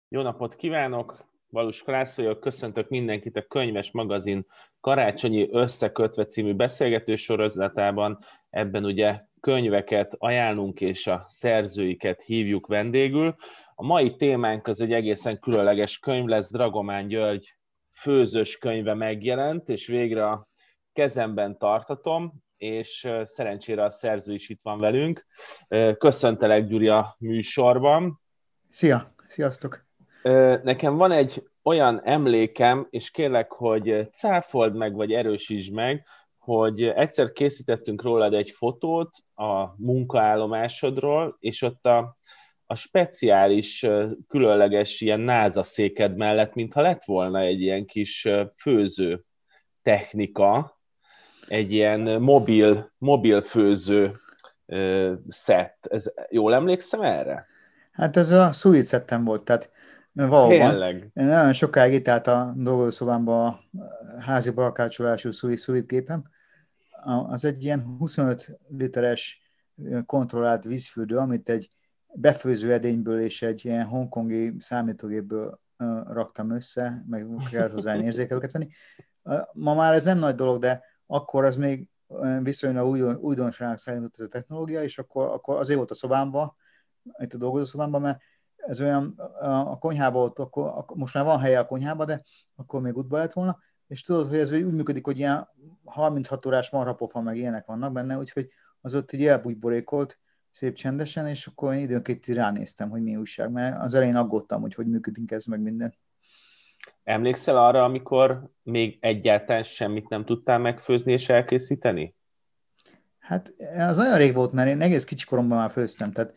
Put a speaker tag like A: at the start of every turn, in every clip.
A: Jó napot kívánok! Valuska László vagyok, köszöntök mindenkit a Könyves Magazin karácsonyi Összekötve című beszélgető sorozatában. Ebben ugye könyveket ajánlunk és a szerzőiket hívjuk vendégül. A mai témánk az egy egészen különleges könyv lesz, Dragomán György főzős könyve megjelent, és végre a kezemben tartatom, és szerencsére a szerző is itt van velünk. Köszöntelek, Gyuri, a műsorban.
B: Szia! Sziasztok!
A: Nekem van egy olyan emlékem, és kérlek, hogy cáfold meg, vagy erősítsd meg, hogy egyszer készítettünk rólad egy fotót a munkaállomásodról, és ott a speciális, különleges ilyen NASA széked mellett, mintha lett volna egy ilyen kis főző technika, egy ilyen mobil főző szett. Jól emlékszem erre?
B: Hát ez a Suite settem volt, tehát valóban.
A: Tényleg.
B: Én nagyon sokáig itt állt a dolgozószobámban a házi barkácsolású Suite gépem. Az egy ilyen 25 literes kontrollált vízfürdő, amit egy befőző edényből és egy ilyen hongkongi számítógépből raktam össze, meg kellett hozzá érzékelőket venni. Ma már ez nem nagy dolog, de akkor az még viszonylag újdonság számított ez a technológia, és akkor azért volt a szobámban, itt a dolgozószobámban, mert ez olyan a konyhában ott, akkor most már van helye a konyhában, de akkor még útba lett volna, és tudod, hogy ez úgy működik, hogy ilyen 36 órás marhapofa meg ilyenek vannak benne, úgyhogy az ott így elbújborékolt szép csendesen, és akkor én időnként ránéztem, hogy mi újság, mert az elején aggódtam, hogy működik ez meg minden.
A: Emlékszel arra, amikor még egyáltalán semmit nem tudtál megfőzni és elkészíteni?
B: Hát az nagyon rég volt, mert én egész kicsikoromban már főztem, tehát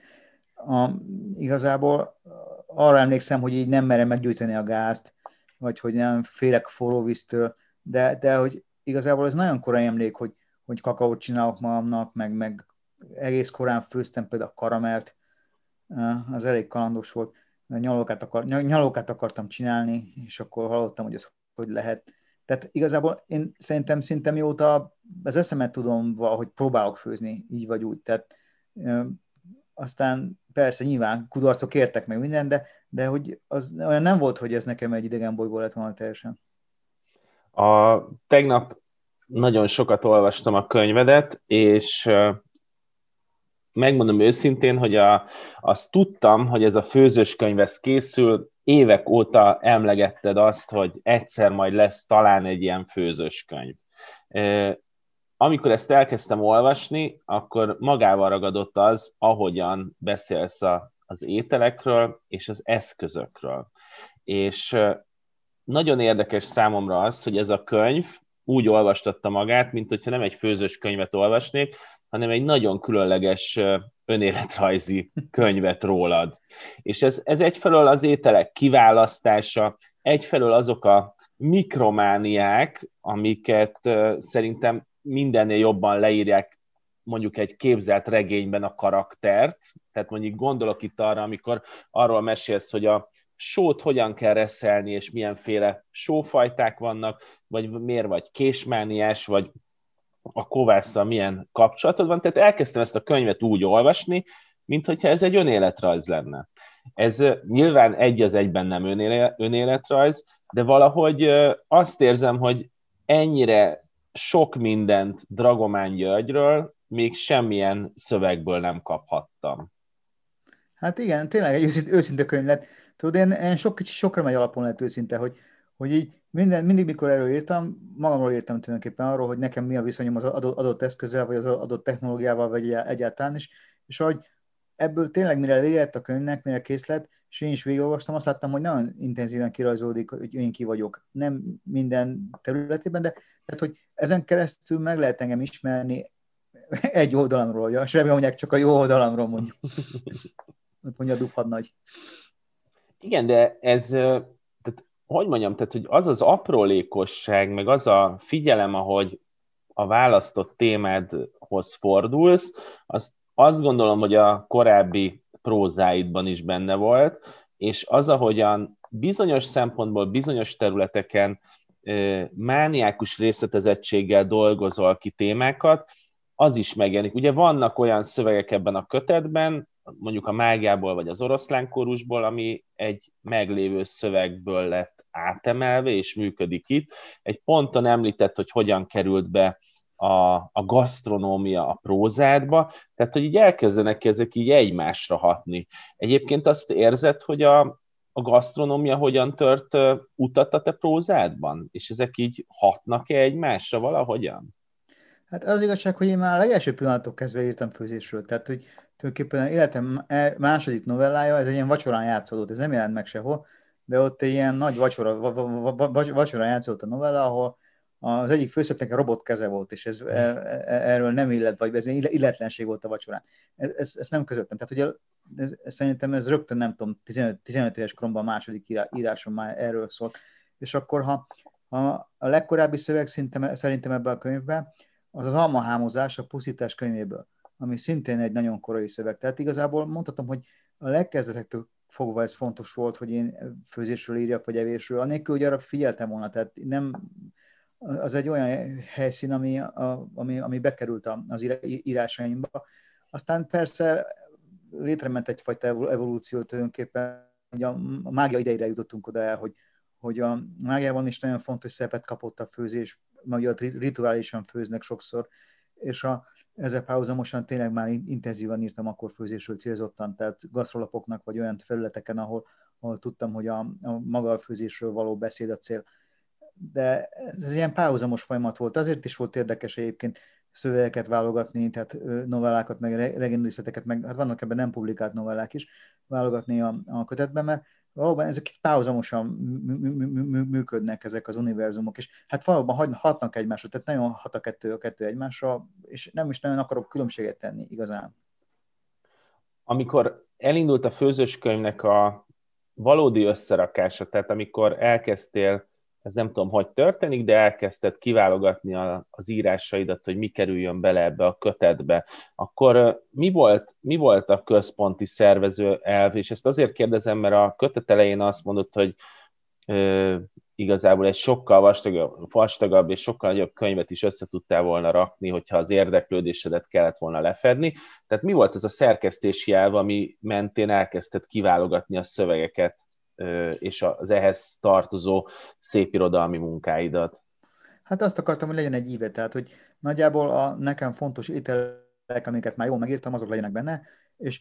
B: igazából arra emlékszem, hogy így nem merem meggyújtani a gázt, vagy hogy nem félek forró víztől, de hogy igazából ez nagyon korai emlék, hogy kakaót csinálok magamnak, meg egész korán főztem például a karamelt, az elég kalandos volt, nyalókát akartam csinálni, és akkor hallottam, hogy ez hogy lehet. Tehát igazából én szerintem szinte mióta az eszemet tudom, hogy próbálok főzni, így vagy úgy. Tehát aztán persze nyilván kudarcok értek meg minden, de hogy az olyan nem volt, hogy ez nekem egy idegen bolygó lett volna teljesen.
A: Tegnap nagyon sokat olvastam a könyvedet, és megmondom őszintén, hogy azt tudtam, hogy ez a főzős könyv ez készül, évek óta emlegetted azt, hogy egyszer majd lesz talán egy ilyen főzős könyv. Amikor ezt elkezdtem olvasni, akkor magával ragadott az, ahogyan beszélsz az ételekről és az eszközökről. És nagyon érdekes számomra az, hogy ez a könyv úgy olvastatta magát, mint hogyha nem egy főzős könyvet olvasnék, hanem egy nagyon különleges önéletrajzi könyvet rólad. És ez egyfelől az ételek kiválasztása, egyfelől azok a mikromániák, amiket szerintem mindennél jobban leírják mondjuk egy képzelt regényben a karaktert, tehát mondjuk gondolok itt arra, amikor arról mesélsz, hogy a sót hogyan kell reszelni, és milyenféle sófajták vannak, vagy miért vagy késmániás, vagy a kovásszal milyen kapcsolatod van. Tehát elkezdtem ezt a könyvet úgy olvasni, mint hogyha ez egy önéletrajz lenne. Ez nyilván egy az egyben nem önéletrajz, de valahogy azt érzem, hogy ennyire sok mindent Dragomán Györgyről még semmilyen szövegből nem kaphattam.
B: Hát igen, tényleg egy őszinte könyv lett. Tudod, én sokra megy alapon lett őszinte, hogy így mindig, mikor erről írtam, magamról írtam tulajdonképpen arról, hogy nekem mi a viszonyom az adott eszközzel, vagy az adott technológiával, vagy egyáltalán is, és hogy ebből tényleg mire lejött a könyvnek, mire kész lett, és én is végigolvastam, azt láttam, hogy nagyon intenzíven kirajzolódik, hogy én ki vagyok. Nem minden területében, de tehát, hogy ezen keresztül meg lehet engem ismerni egy oldalamról, ja? És remélem, csak a jó oldalamról mondjuk. Mondja Dubhad nagy.
A: Igen, de ez, tehát, hogy mondjam, tehát, hogy az az aprólékosság, meg az a figyelem, ahogy a választott témádhoz fordulsz, azt gondolom, hogy a korábbi prózáidban is benne volt, és az, ahogyan bizonyos szempontból, bizonyos területeken mániákus részletezettséggel dolgozol ki témákat, az is megjelenik. Ugye vannak olyan szövegek ebben a kötetben, mondjuk a mágiából vagy az oroszlánkórusból, ami egy meglévő szövegből lett átemelve és működik itt. Egy ponton említett, hogy hogyan került be a gasztronómia a prózádba, tehát hogy így elkezdenek ezek így egymásra hatni. Egyébként azt érzed, hogy a gasztronómia hogyan tört utat a te prózádban? És ezek így hatnak-e egymásra valahogyan?
B: Hát az igazság, hogy én már a legelső pillanatok kezdve írtam főzésről, tehát hogy tulajdonképpen életem második novellája, ez egy ilyen vacsorán játszódott, ez nem jelent meg sehol, de ott egy ilyen nagy vacsorán játszódott a novella, ahol az egyik főszereplőnek a robot keze volt, és erről nem illet, vagy ez illetlenség volt a vacsorán. Ezt nem közöttem. Tehát ugye szerintem ez rögtön, nem tudom, 15 éves koromban a második írásom már erről szólt. És akkor, ha a legkorábbi szöveg szerintem ebben a könyvben, az az almahámozás a pusztítás könyvéből, ami szintén egy nagyon korai szöveg. Tehát igazából mondhatom, hogy a legkezdetektől fogva ez fontos volt, hogy én főzésről írjak, vagy evésről, anélkül, hogy arra figyeltem volna. Tehát nem, az egy olyan helyszín, ami bekerült az írásaimba. Aztán persze létrement egyfajta evolúció tulajdonképpen, hogy a mágia idejére jutottunk oda el, hogy a mágiában is nagyon fontos szerepet kapott a főzés, meg rituálisan főznek sokszor, és ezzel párhuzamosan tényleg már intenzívan írtam akkor főzésről célzottan, tehát gasztrolapoknak, vagy olyan felületeken, ahol tudtam, hogy a maga a főzésről való beszéd a cél. De ez ilyen párhuzamos folyamat volt. Azért is volt érdekes egyébként szövegeket válogatni, tehát novellákat, meg regénydíszleteket, meg hát vannak ebben nem publikált novellák is, válogatni a kötetben, mert valóban ezek párhuzamosan működnek ezek az univerzumok, és hát valóban hatnak egymásra, tehát nagyon hat a kettő egymásra, és nem is nagyon akarok különbséget tenni igazán.
A: Amikor elindult a főzőskönyvnek a valódi összerakása, tehát amikor elkezdtél, ez nem tudom, hogy történik, de elkezdted kiválogatni az írásaidat, hogy mi kerüljön bele ebbe a kötetbe, akkor mi volt a központi szervező elv? És ezt azért kérdezem, mert a kötet elején azt mondod, hogy igazából egy sokkal vastagabb és sokkal nagyobb könyvet is össze tudtál volna rakni, hogyha az érdeklődésedet kellett volna lefedni. Tehát mi volt ez a szerkesztési elv, ami mentén elkezdted kiválogatni a szövegeket és az ehhez tartozó szépirodalmi munkáidat?
B: Hát azt akartam, hogy legyen egy íve, tehát hogy nagyjából a nekem fontos ételek, amiket már jól megírtam, azok legyenek benne, és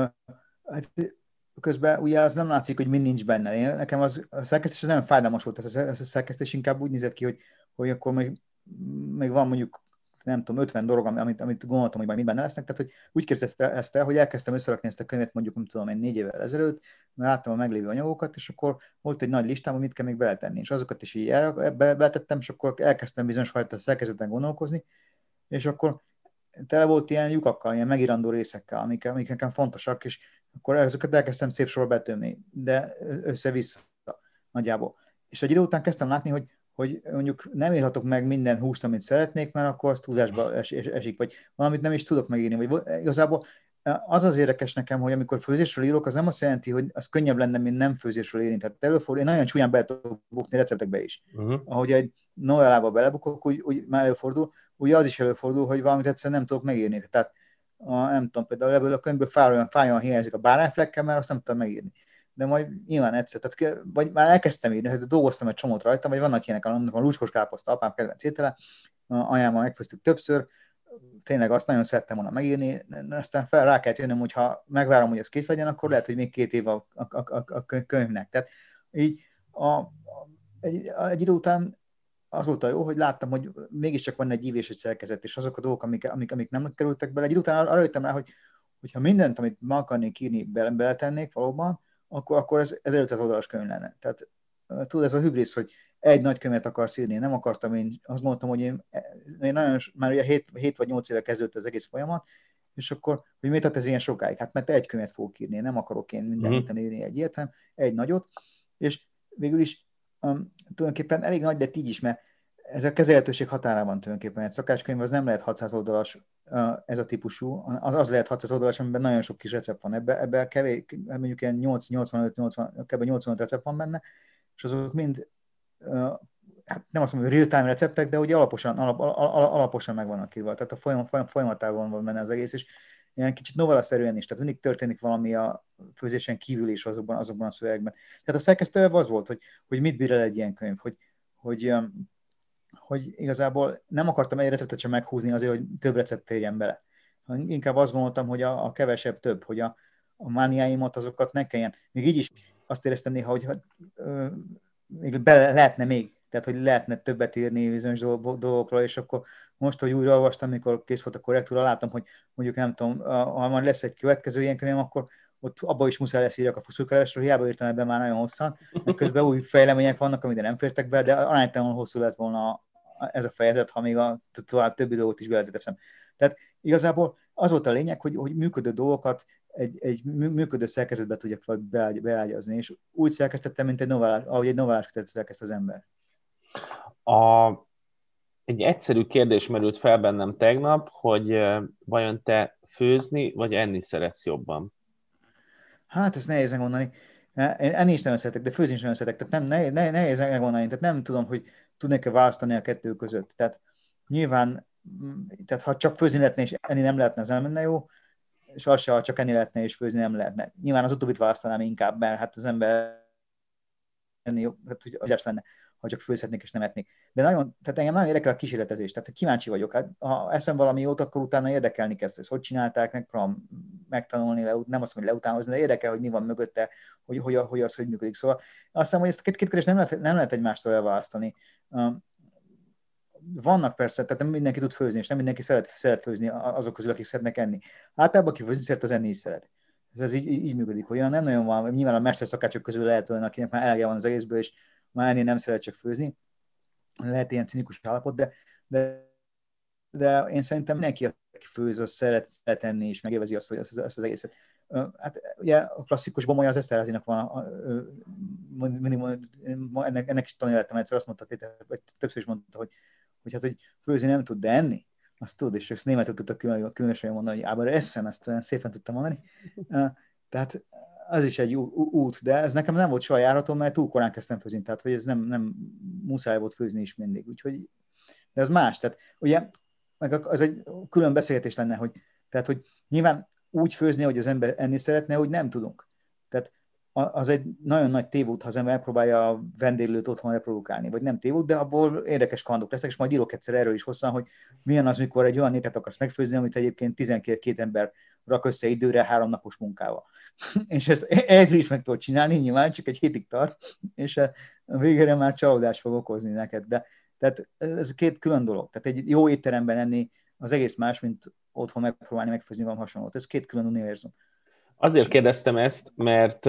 B: hát közben ugye az nem látszik, hogy mind nincs benne. Nekem a szerkesztés az nagyon fájdalmas volt, ez a szerkesztés inkább úgy nézett ki, hogy akkor még van mondjuk, nem tudom, 50 dolog, amit gondoltam, hogy majd mind benne lesznek, tehát hogy úgy képzelte ezt el, hogy elkezdtem összerakni ezt a könyvet mondjuk, nem tudom én, 4 évvel ezelőtt, mert láttam a meglévő anyagokat, és akkor volt egy nagy listám, amit kell még beletenni, és azokat is így beletettem, és akkor elkezdtem bizonyos fajta szerkezeten gondolkozni, és akkor tele volt ilyen lyukakkal, ilyen megírandó részekkel, amik nekem fontosak, és akkor ezeket elkezdtem szép sorba betömni, de össze-vissza nagyjából. És egy idő után kezdtem látni, hogy mondjuk nem írhatok meg minden húst, amit szeretnék, mert akkor az túlzásba esik, vagy valamit nem is tudok megírni. Vagy igazából az az érdekes nekem, hogy amikor főzésről írok, az nem azt jelenti, hogy az könnyebb lenne, mint nem főzésről írni. Tehát előfordul, én nagyon csúnyán bele tudok bukni receptekbe is. Ahogy egy novellába belebukok, úgy már előfordul, ugye az is előfordul, hogy valamit egyszerűen nem tudok megírni. Tehát nem tudom, például ebből a könyvből fájóan hiányzik a bárányflekkel, mert azt nem tudom megírni. De majd nyilván egyszer, tehát, vagy már elkezdtem írni, hát dolgoztam egy csomót rajta, vagy vannak ilyenek, a lúcskos káposzta, apám kedvenc étele, anyámmal megfőztük többször, tényleg azt nagyon szerettem volna megírni, aztán rá kellett jönnöm, hogy ha megvárom, hogy ez kész legyen, akkor lehet, hogy még 2 év a könyvnek. Tehát így egy idő után az volt a jó, hogy láttam, hogy mégiscsak van egy ív és egy szerkezet, és azok a dolgok, amik nem kerültek bele. Egy idő után arra jöttem rá, hogy ha mindent, amit ma akarnék írni, beletennék valóban, akkor ez 1500 oldalas könyv lenne. Tehát tudod, ez a hübrisz, hogy egy nagy könyvet akarsz írni, nem akartam, én azt mondtam, hogy én nagyon, már ugye 7 vagy 8 éve kezdődött az egész folyamat, és akkor, hogy miért tart ez ilyen sokáig? Hát mert egy könyvet fogok írni, nem akarok én minden héten írni egy ilyet, hanem egy nagyot, és végül is tulajdonképpen elég nagy lett így is, mert ez a kezelhetőség határában tulajdonképpen. Egy szakácskönyv az nem lehet 600 oldalas, ez a típusú, az lehet 600 oldalas, amiben nagyon sok kis recept van. Ebben kevés, mondjuk ilyen 85 recept van benne, és azok mind, hát nem azt mondom, hogy real-time receptek, de ugye alaposan meg vannak írva. Tehát a folyamatában van benne az egész, és ilyen kicsit novella-szerűen is, tehát mindig történik valami a főzésen kívül is azokban a szövegekben. Tehát a szerkesztő az volt, hogy mit bír el egy ilyen könyv, hogy igazából nem akartam egy receptet sem meghúzni azért, hogy több recept férjen bele. Inkább azt gondoltam, hogy a kevesebb több, hogy a mániáimat azokat ne kelljen. Még így is azt éreztem néha, hogy még lehetne még, tehát hogy lehetne többet írni bizonyos dolgokról, és akkor most, hogy újra olvastam, amikor kész volt a korrektúra, látom, hogy mondjuk nem tudom, ha már lesz egy következő ilyen könyvem, akkor ott abban is muszáj lesz írjak a fuszulkelevesről, hiába írtam ebben már nagyon hosszan, mert közben új fejlemények vannak, amire nem fértek be, de aránytalanul hosszú lett volna ez a fejezet, ha még a tovább többi dolgot is beleteszem. Tehát igazából az volt a lényeg, hogy működő dolgokat egy működő szerkezetbe tudjak beágyazni, és úgy szerkesztettem, mint egy novellás, ahogy egy novellás kötetet szerkeszt az ember.
A: Egy egyszerű kérdés merült fel bennem tegnap, hogy vajon te főzni, vagy enni szeretsz jobban?
B: Hát, ezt nehéz megmondani. Én enni is nagyon szeretek, de főzni is nagyon szeretek. Tehát nehéz megmondani. Tehát nem tudom, hogy tudnék-e választani a kettő között. Tehát nyilván, tehát ha csak főzni lehetne és enni nem lehetne, az nem lenne jó, és az se, ha csak enni lehetne és főzni nem lehetne. Nyilván az utóbbit választanám inkább, mert hát az ember enni jobb, hát hogy az lenne, ha csak főzhetnék és nem etnék. De tehát engem nagyon érdekel a kísérletezés, tehát kíváncsi vagyok. Hát, ha eszem valami jót, akkor utána érdekelni kezd, hogy hogy csinálták, megpróbálom megtanulni, nem azt mondom, hogy leutánozni, de érdekel, hogy mi van mögötte, hogy az hogy működik. Szóval azt hiszem, hogy ezt a két kérdést nem lehet egymástól elválasztani. Vannak persze, tehát nem mindenki tud főzni, és nem mindenki szeret főzni azok közül, akik szeretnek enni. Általában, aki főzni szeret, az enni is szeret. Ez így működik, hogy olyan nem nagyon van, nyilván a mesterszakácsok közül lehet olyan, akinek már elege van az egészből, és már ennél nem szeret csak főzni. Lehet ilyen cinikus állapot, de én szerintem mindenki, aki főz, az szeret enni, és megélvezi azt az egészet. Hát ugye a klasszikus Bomolya az Eszterházynak van, ennek is tanultam egyszer, azt mondta Péter, vagy többször is mondta, hogy főzni nem tud, de enni, azt tud, és ezt németül tudta különösen mondani, hogy ábár eszen, azt olyan szépen tudtam mondani. Tehát az is egy út, de ez nekem nem volt soha járható, mert túl korán kezdtem főzni, tehát hogy ez nem muszáj volt főzni is mindig, úgyhogy de ez más, tehát ugye meg az egy külön beszélgetés lenne, hogy nyilván úgy főzni, hogy az ember enni szeretne, hogy nem tudunk. Tehát az egy nagyon nagy tévút, ha az ember megpróbálja a vendéglőt otthon reprodukálni, vagy nem tévút, de abból érdekes kalandok lesznek, és majd írok egyszer erről is hosszan, hogy milyen az, mikor egy olyan ételt akarsz megfőzni, amit egyébként 12 ember rak össze időre 3 napos munkával. És ezt egyre is meg tudod csinálni, nyilván csak egy hétig tart, és a végére már csalódást fog okozni neked. De tehát ez két külön dolog. Tehát egy jó étteremben enni az egész más, mint otthon megpróbálni megfőzni van hasonlót. Ez két külön univerzum.
A: Azért kérdeztem ezt, mert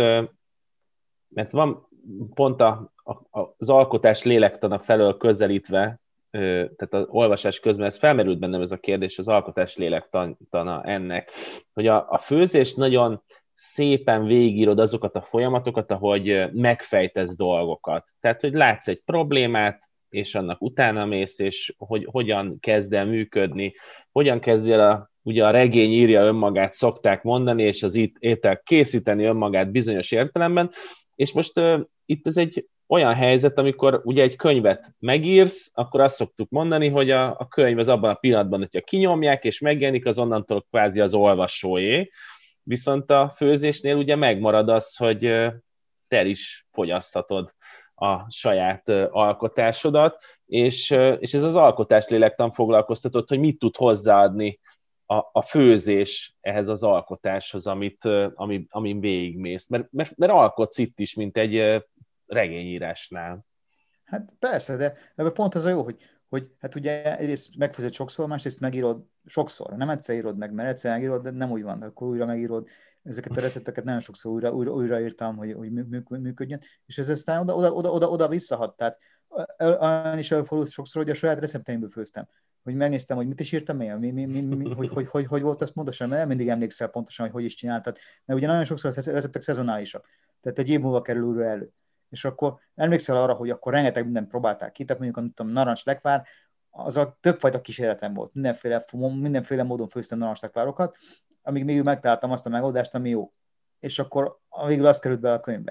A: van pont az alkotás lélektana felől közelítve, tehát az olvasás közben ez felmerült bennem ez a kérdés, az alkotás lélektana ennek, hogy a főzés nagyon szépen végigírod azokat a folyamatokat, ahogy megfejtesz dolgokat. Tehát, hogy látsz egy problémát, és annak utána mész, és hogy hogyan kezd el működni, hogyan kezd el ugye a regény írja önmagát, szokták mondani, és az étel készíteni önmagát bizonyos értelemben, és most itt ez egy olyan helyzet, amikor ugye egy könyvet megírsz, akkor azt szoktuk mondani, hogy a könyv az abban a pillanatban, hogyha kinyomják, és megjelenik, az onnantól kvázi az olvasóé, viszont a főzésnél ugye megmarad az, hogy te is fogyaszthatod a saját alkotásodat, és ez az alkotás lélektan foglalkoztatott, hogy mit tud hozzáadni a főzés ehhez az alkotáshoz, amin végigmész. Mert alkotsz itt is, mint egy regényírásnál.
B: Hát persze, de ebben pont az a jó, hogy hát ugye egyrészt megfőzöd sokszor, másrészt megírod sokszor. Nem egyszer írod meg, mert egyszer megírod, de nem úgy van, akkor újra megírod. Ezeket a recepteket nagyon sokszor újra írtam, hogy működjön, és ez aztán oda visszahat. Tehát olyan is előfordult sokszor, hogy a saját recepteimből főztem. Hogy megnéztem, hogy mit is írtam én, hogy volt ez pontosan, mert nem mindig emlékszel pontosan, hogy is csináltad. Mert ugye nagyon sokszor a receptek szezonálisak. Tehát egy év múlva kerül újra elő. És akkor emlékszel arra, hogy akkor rengeteg mindent próbálták ki, tehát mondjuk a narancslekvár, az a többfajta kísérletem volt. Mindenféle módon főztem narancslekvárokat, amíg végül megtaláltam azt a megoldást, ami jó. És akkor végül az került be a könyvbe.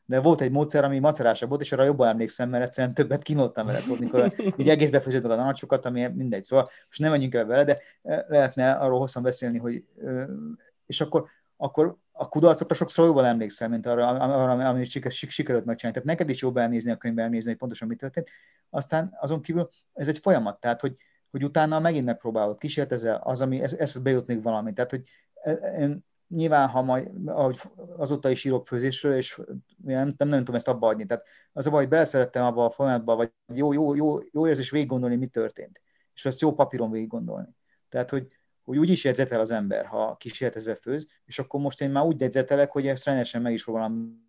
B: de volt egy módszer, ami macerásabb volt, és arra jobban emlékszem, mert egyszerűen többet kínáltam vele, tudod, mikor így egész befőzött meg a narancsot, ami mindegy. Szóval most nem menjünk el vele, de lehetne arról hosszan beszélni, hogy és akkor a kudarcokra sokszor jobban emlékszem, mint arra, amit sikerült megcsinálni. Tehát neked is jobb elnézni a könyvben, elnézni, hogy pontosan mi történt. Aztán azon kívül ez egy folyamat, tehát hogy utána megint megpróbálod, kísérletezel, ez bejut még valami. Tehát, hogy nyilván, ha majd, ahogy azóta is írok főzésről, és nem tudom ezt abba adni. Tehát az a baj, hogy beleszerettem abba a folyamatba, vagy jó érzés végig gondolni, mi történt. És ezt jó papíron végig gondolni. Tehát, hogy úgy is jegyzetel az ember, ha kísérletezve főz, és akkor most én már úgy jegyzetelek, hogy ezt rendesen meg is próbálom,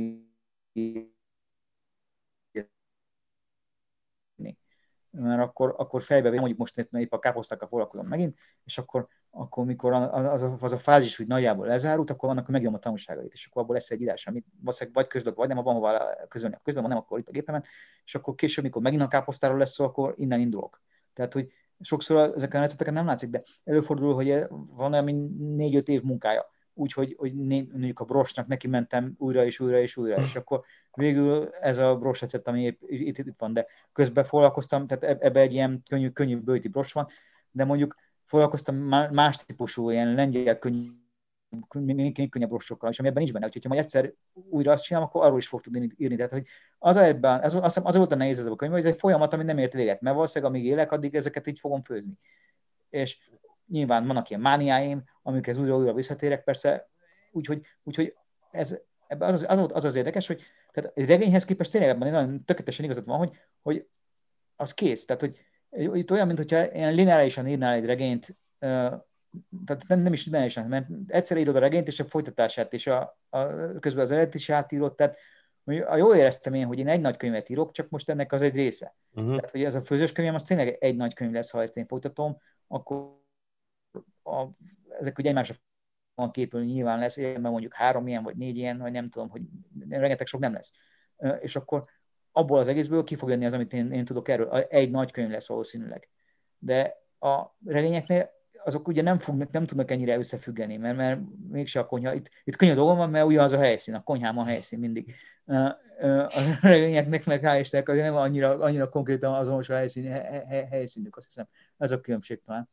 B: mert akkor fejbe mondjuk most épp a káposztákkal foglalkozom megint, és akkor mikor az a fázis úgy nagyjából lezárult, akkor annak megírom a tanulságait, és akkor abból lesz egy írás, amit vagy közlök, vagy nem, ha van hova közölni, közlöm, nem, akkor itt a gépemen, és akkor később, mikor megint a káposztáról lesz szó, akkor innen indulok. Tehát, hogy sokszor ezeken a recepteken nem látszik, de előfordul, hogy van olyan 4-5 év munkája, úgyhogy mondjuk a brosnak neki mentem újra, és akkor végül ez a bros recept, ami itt van, de közben foglalkoztam, tehát ebbe egy ilyen könnyű bőti bros van, de mondjuk foglalkoztam más típusú, ilyen lengyel könnyebb rostokkal, és ami ebben nincs benne. Úgyhogy ha majd egyszer újra azt csinálom, akkor arról is fog tudni írni. Tehát, hogy az volt a nehéz ez a könyv, hogy ez egy folyamat, ami nem ért véget, mert valószínűleg amíg élek, addig ezeket így fogom főzni. És nyilván vannak ilyen mániáim, amikhez újra visszatérek, persze, úgyhogy ebben az érdekes, hogy tehát egy regényhez képest tényleg ebben nagyon tökéletesen igazad van, hogy az kész. Tehát, hogy itt olyan, mintha ilyen lineárisan írnál egy regényt, tehát nem is lineárisan, mert egyszer írod a regényt, és a folytatását, és közben az eredet is átírod, tehát jól éreztem én, hogy én egy nagy könyvet írok, csak most ennek az egy része. Tehát, hogy ez a főzős könyvem, az tényleg egy nagy könyv lesz, ha ezt én folytatom, akkor ezek ugye egymásra van képülni, nyilván lesz, ilyenben mondjuk 3 ilyen, vagy 4 ilyen, vagy nem tudom, hogy rengeteg sok nem lesz. És akkor abból az egészből ki fog jönni az, amit én tudok erről. Egy nagy könyv lesz valószínűleg. De a regényeknél azok ugye nem tudnak ennyire összefüggeni, mert mégse a konyha. Itt könnyű dolgom van, mert ugyanaz a helyszín, a konyhám a helyszín mindig. A regényeknek meg hál' Istennek azért nem annyira konkrétan azonos a helyszínük, azt hiszem. Ez a különbség talán.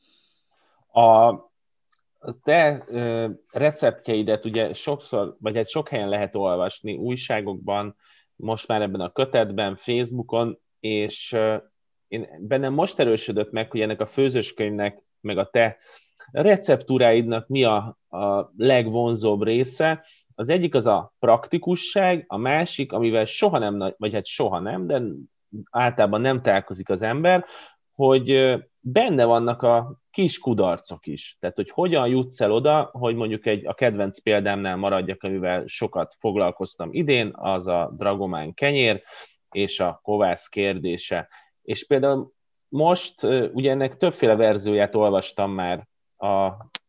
A: A te receptjeidet ugye sokszor, vagy hát sok helyen lehet olvasni, újságokban, most már ebben a kötetben, Facebookon, és bennem most erősödött meg, hogy ennek a főzőskönyvnek, meg a te receptúráidnak mi a legvonzóbb része. Az egyik az a praktikusság, a másik, amivel soha nem, vagy hát soha nem, de általában nem találkozik az ember, hogy benne vannak a kis kudarcok is. Tehát, hogy hogyan jutsz el oda, hogy mondjuk a kedvenc példámnál maradjak, amivel sokat foglalkoztam idén, az a dragomán kenyér és a kovász kérdése. És például most ugye ennek többféle verzióját olvastam már a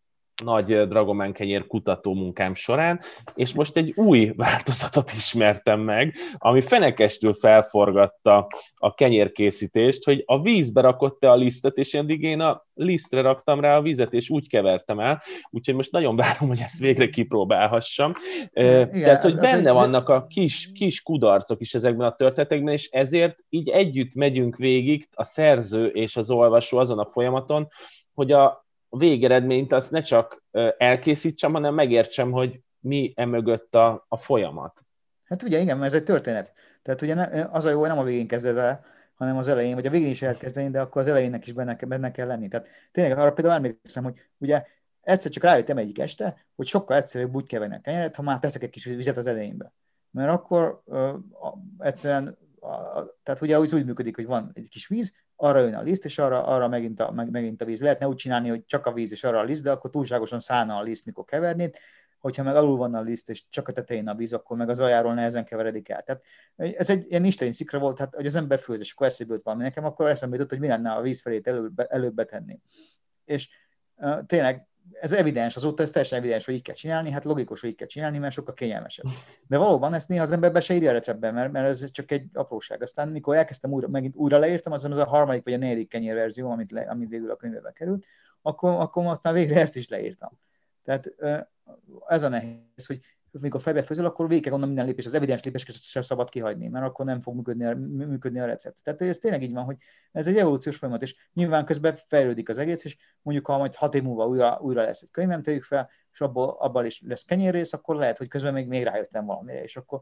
A: nagy dragomán kenyér kutató munkám során, és most egy új változatot ismertem meg, ami fenekestül felforgatta a kenyérkészítést, hogy a vízbe rakott te a lisztet, és eddig én a lisztre raktam rá a vizet, és úgy kevertem el, úgyhogy most nagyon várom, hogy ezt végre kipróbálhassam. Igen, tehát, hogy benne vannak a kis kudarcok is ezekben a történetekben, és ezért így együtt megyünk végig a szerző és az olvasó azon a folyamaton, hogy a végeredményt azt ne csak elkészítsem, hanem megértsem, hogy mi emögött a folyamat.
B: Hát ugye igen, mert ez egy történet. Tehát ugye az a jó, hogy nem a végén kezded el, hanem az elején, vagy a végén is elkezdeni, de akkor az elejének is benne kell lenni. Tehát tényleg arra például emlékszem, hogy ugye egyszer csak rájöttem egyik este, hogy sokkal egyszerűbb úgy keverni a kenyeret, ha már teszek egy kis vizet az elejénbe. Mert akkor egyszerűen, tehát ugye úgy működik, hogy van egy kis víz, arra jön a liszt, és arra megint a víz. Lehetne úgy csinálni, hogy csak a víz és arra a liszt, de akkor túlságosan szállna a liszt, mikor kevernéd. Hogyha meg alul van a liszt, és csak a tetején a víz, akkor meg az aljáról nehezen keveredik el. Tehát ez egy ilyen isteni szikra volt, hát, hogy az ember főz, és akkor eszébe jut valami nekem, akkor eszembe jutott, hogy mi lenne a víz felét előbb betenni. És tényleg ez evidens, azóta ez teljesen evidens, hogy így kell csinálni, hát logikus, hogy így kell csinálni, mert sokkal kényelmesebb. De valóban ezt néha az ember be se írja a receptben, mert ez csak egy apróság. Aztán mikor elkezdtem megint újra leírtam, az a harmadik vagy a 4. kenyérverzió, amit végül a könyvbe került, akkor már végre ezt is leírtam. Tehát ez a nehéz, hogy mikor fejbe főzöl, akkor végig kell gondolni minden lépés, az evidens lépéseket sem szabad kihagyni, mert akkor nem fog működni a recept. Tehát ez tényleg így van, hogy ez egy evolúciós folyamat, és nyilván közben fejlődik az egész, és mondjuk ha majd 6 év múlva újra lesz egy könyvem, tegyük fel, és abban is lesz kenyérrész, akkor lehet, hogy közben még rájöttem valamire, és akkor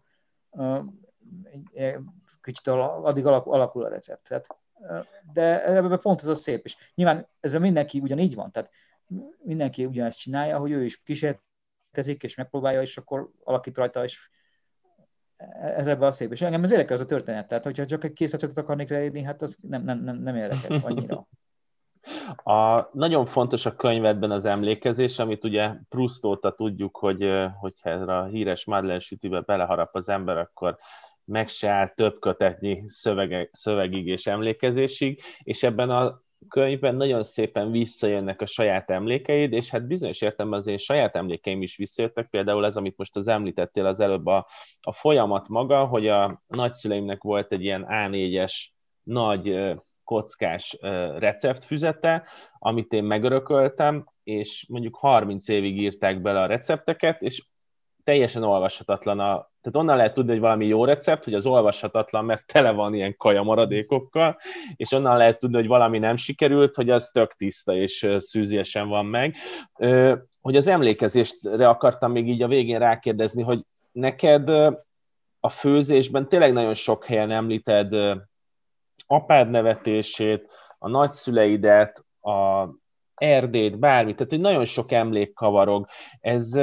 B: kicsit addig alakul a recept. Tehát, de ebben pont ez a szép, és nyilván ezzel mindenki ugyanígy van, tehát mindenki ugyanezt csinálja, hogy ő is kísérletezik, és megpróbálja, és akkor alakít rajta, és ez ebben a szép. És engem ez érdekel ez a történet, tehát hogyha csak egy kész receptet akarnék leírni, hát az nem érdekes annyira.
A: Nagyon fontos a könyvedben az emlékezés, amit ugye Proust óta tudjuk, hogy erre a híres Madeleine sütibe beleharap az ember, akkor meg se áll több kötetnyi szövegig és emlékezésig, és ebben a könyvben nagyon szépen visszajönnek a saját emlékeid, és hát bizonyos értelemben az én saját emlékeim is visszajöttek, például ez, amit most az említettél az előbb, a folyamat maga, hogy a nagyszüleimnek volt egy ilyen A4-es nagy kockás receptfüzete, amit én megörököltem, és mondjuk 30 évig írták bele a recepteket, és teljesen olvashatatlan. Tehát onnan lehet tudni, hogy valami jó recept, hogy az olvashatatlan, mert tele van ilyen kaja maradékokkal, és onnan lehet tudni, hogy valami nem sikerült, hogy az tök tiszta és szűziesen van meg. Hogy az emlékezésre akartam még így a végén rákérdezni, hogy neked a főzésben tényleg nagyon sok helyen említed apád nevetését, a nagyszüleidet, a Erdélyt, bármit, tehát hogy nagyon sok emlék kavarog. Ez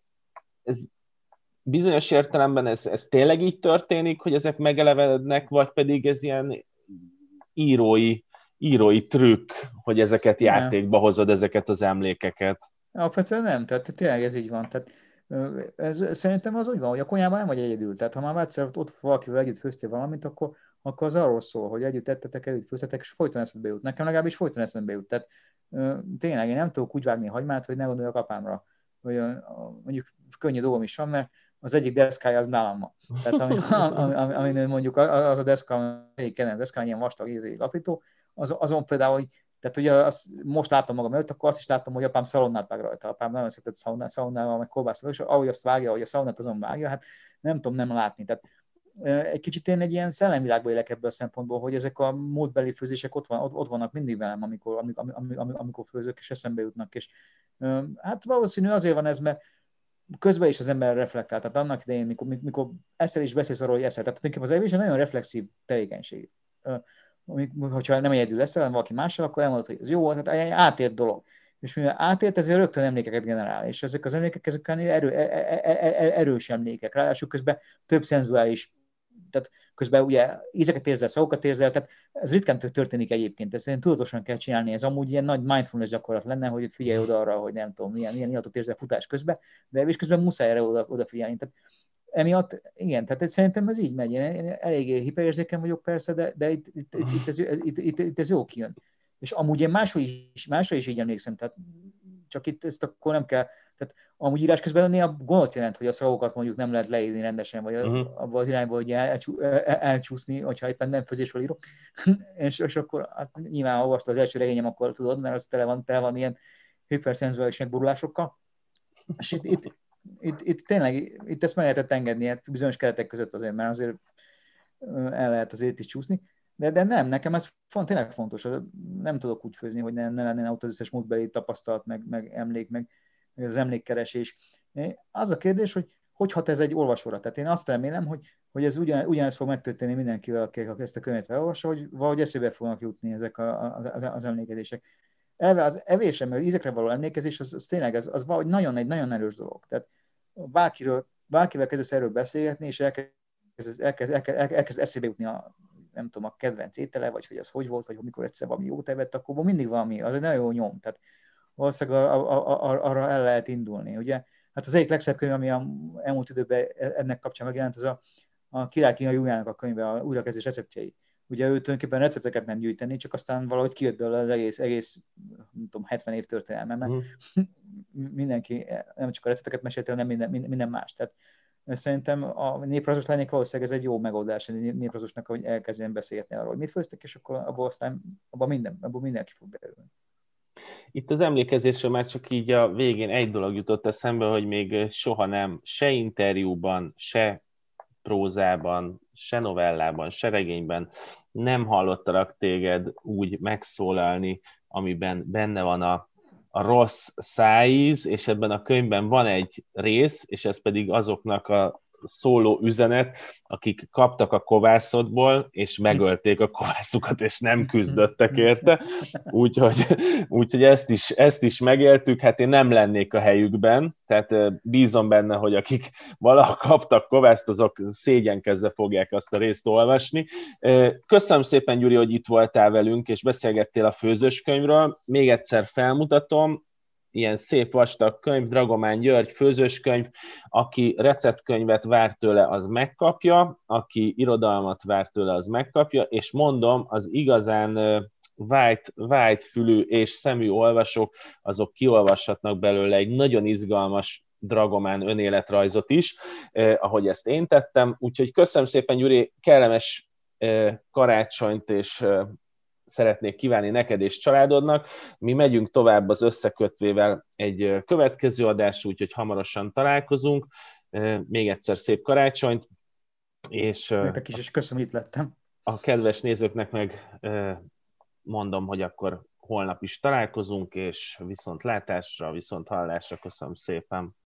A: bizonyos értelemben ez tényleg így történik, hogy ezek megelevenednek, vagy pedig ez ilyen írói trükk, hogy ezeket játékba hozod, ezeket az emlékeket?
B: Alapvetően nem, tehát tényleg ez így van. Tehát, ez szerintem az úgy van, hogy a konyhában nem vagy egyedül. Tehát ha már egyszer ott valakivel együtt főztél valamit, akkor az arról szól, hogy együtt tettetek, együtt főztetek, és folyton eszedbe jut. Nekem legalábbis folyton eszedbe jut. Tehát tényleg én nem tudok úgy vágni a hagymát, hogy ne gondoljak apámra. Hogy mondjuk könnyű dolgom is van, mert az egyik deszkája az nálam van. Tehát amin mondjuk az a deszka, egyik kedvenc deszka, ilyen vastag ízé lapító, azon például, hogy tehát ugye azt most látom magam előtt, akkor azt is látom, hogy apám szalonnát vág rajta. Apám nagyon szeretett szalonnával, meg kolbászat, és ahogy azt vágja, ahogy a szalonnát azon vágja, hát nem tudom nem látni. Tehát egy kicsit én egy ilyen szellemvilágban élek ebből a szempontból, hogy ezek a múltbeli főzések ott vannak mindig velem, amikor főzök, és eszembe jutnak. És hát valószínű azért van ez, mert közben is az ember reflektál. Tehát annak idején, mikor eszel és beszélsz arról, hogy eszel. Tehát tulajdonképpen az evés egy nagyon reflexív tevékenység. Hogyha nem egyedül leszel, hanem valaki mással, akkor elmondod, hogy ez jó, tehát egy átélt dolog. És mivel átélt, ezért rögtön emlékeket generál. És ezek az emlékek, ezek erős emlékek. Ráadásul közben több szenzuális, tehát közben ugye ízeket érzel, szagokat érzel, tehát ez ritkán történik egyébként, ezt én tudatosan kell csinálni, ez amúgy ilyen nagy mindfulness gyakorlat lenne, hogy figyelj oda arra, hogy nem tudom, milyen illatot érzel futás közben, de és közben muszáj erre odafigyelni. Tehát emiatt, igen, tehát szerintem ez így megy. Én eléggé hiperérzékeny vagyok persze, de itt ez jó kijön. És amúgy én másra is így emlékszem, tehát csak itt ezt akkor nem kell, tehát amúgy írás közben néha gondot jelent, hogy a szavakat mondjuk nem lehet leírni rendesen, vagy abban az irányba, hogy elcsúszni, hogyha éppen nem főzésről írok. és akkor hát nyilván olvastad az első regényem, akkor tudod, mert az tele van ilyen hiperszenzuális megborulásokkal. És itt tényleg, itt ezt meg lehetett engedni, hát bizonyos keretek között azért, mert azért el lehet azért is csúszni. De nem, nekem ez tényleg fontos. Nem tudok úgy főzni, hogy ne lenne ott az összes múltbeli tapasztalat, meg emlék, meg az emlékkeresés. Az a kérdés, hogy hat ez egy olvasóra. Tehát én azt remélem, hogy ez ugyanezt fog megtörténni mindenkivel, aki ezt a könyvet elolvassa, hogy valahogy eszébe fognak jutni ezek az emlékezések. Elve az evésre, meg az ízekre való emlékezés, az tényleg az valahogy egy nagyon erős dolog. Tehát bárkivel kezdesz erről beszélgetni, és elkezd eszébe jutni nem tudom, a kedvenc étele, vagy hogy az hogy volt, vagy mikor egyszer valami jót evett, akkor mindig valami, az egy nagyon jó nyom. Tehát valószínűleg arra el lehet indulni. Ugye? Hát az egyik legszebb könyv, ami a elmúlt időben ennek kapcsán megjelent, az a Király Kínai Júliának a könyve, a újrakezdés receptjei. Ugye ő tulajdonképpen recepteket ment gyűjteni, csak aztán valahogy kijött belőle az egész nem tudom, 70 év történelme, mert mindenki nem csak a recepteket mesélte, hanem minden más. Tehát szerintem a néprajzos lányok valószínűleg ez egy jó megoldás a néprajzosnak, hogy elkezdjen beszélgetni arról, hogy mit főztek, és akkor abból mindenki fog belőle.
A: Itt az emlékezésről már csak így a végén egy dolog jutott eszembe, hogy még soha nem, se interjúban, se prózában, se novellában, se regényben nem hallottalak téged úgy megszólalni, amiben benne van a rossz szájíz, és ebben a könyvben van egy rész, és ez pedig azoknak a szóló üzenet, akik kaptak a kovászodból, és megölték a kovászukat, és nem küzdöttek érte. Úgyhogy ezt is megéltük, hát én nem lennék a helyükben, tehát bízom benne, hogy akik valaha kaptak kovászt, azok szégyenkezve fogják azt a részt olvasni. Köszönöm szépen, Gyuri, hogy itt voltál velünk, és beszélgettél a főzőskönyvről. Még egyszer felmutatom, ilyen szép vastag könyv, Dragomán György főzőskönyv, aki receptkönyvet vár tőle, az megkapja, aki irodalmat vár tőle, az megkapja, és mondom, az igazán vájt fülű és szemű olvasók, azok kiolvashatnak belőle egy nagyon izgalmas Dragomán önéletrajzot is, ahogy ezt én tettem. Úgyhogy köszönöm szépen, Gyuri, kellemes karácsonyt, és szeretnék kívánni neked és családodnak. Mi megyünk tovább az Összekötvével egy következő adás, úgyhogy hamarosan találkozunk. Még egyszer szép karácsonyt, és
B: nektek is, és köszönöm, itt lettem.
A: A kedves nézőknek meg mondom, hogy akkor holnap is találkozunk, és viszont látásra, viszont hallásra. Köszönöm szépen.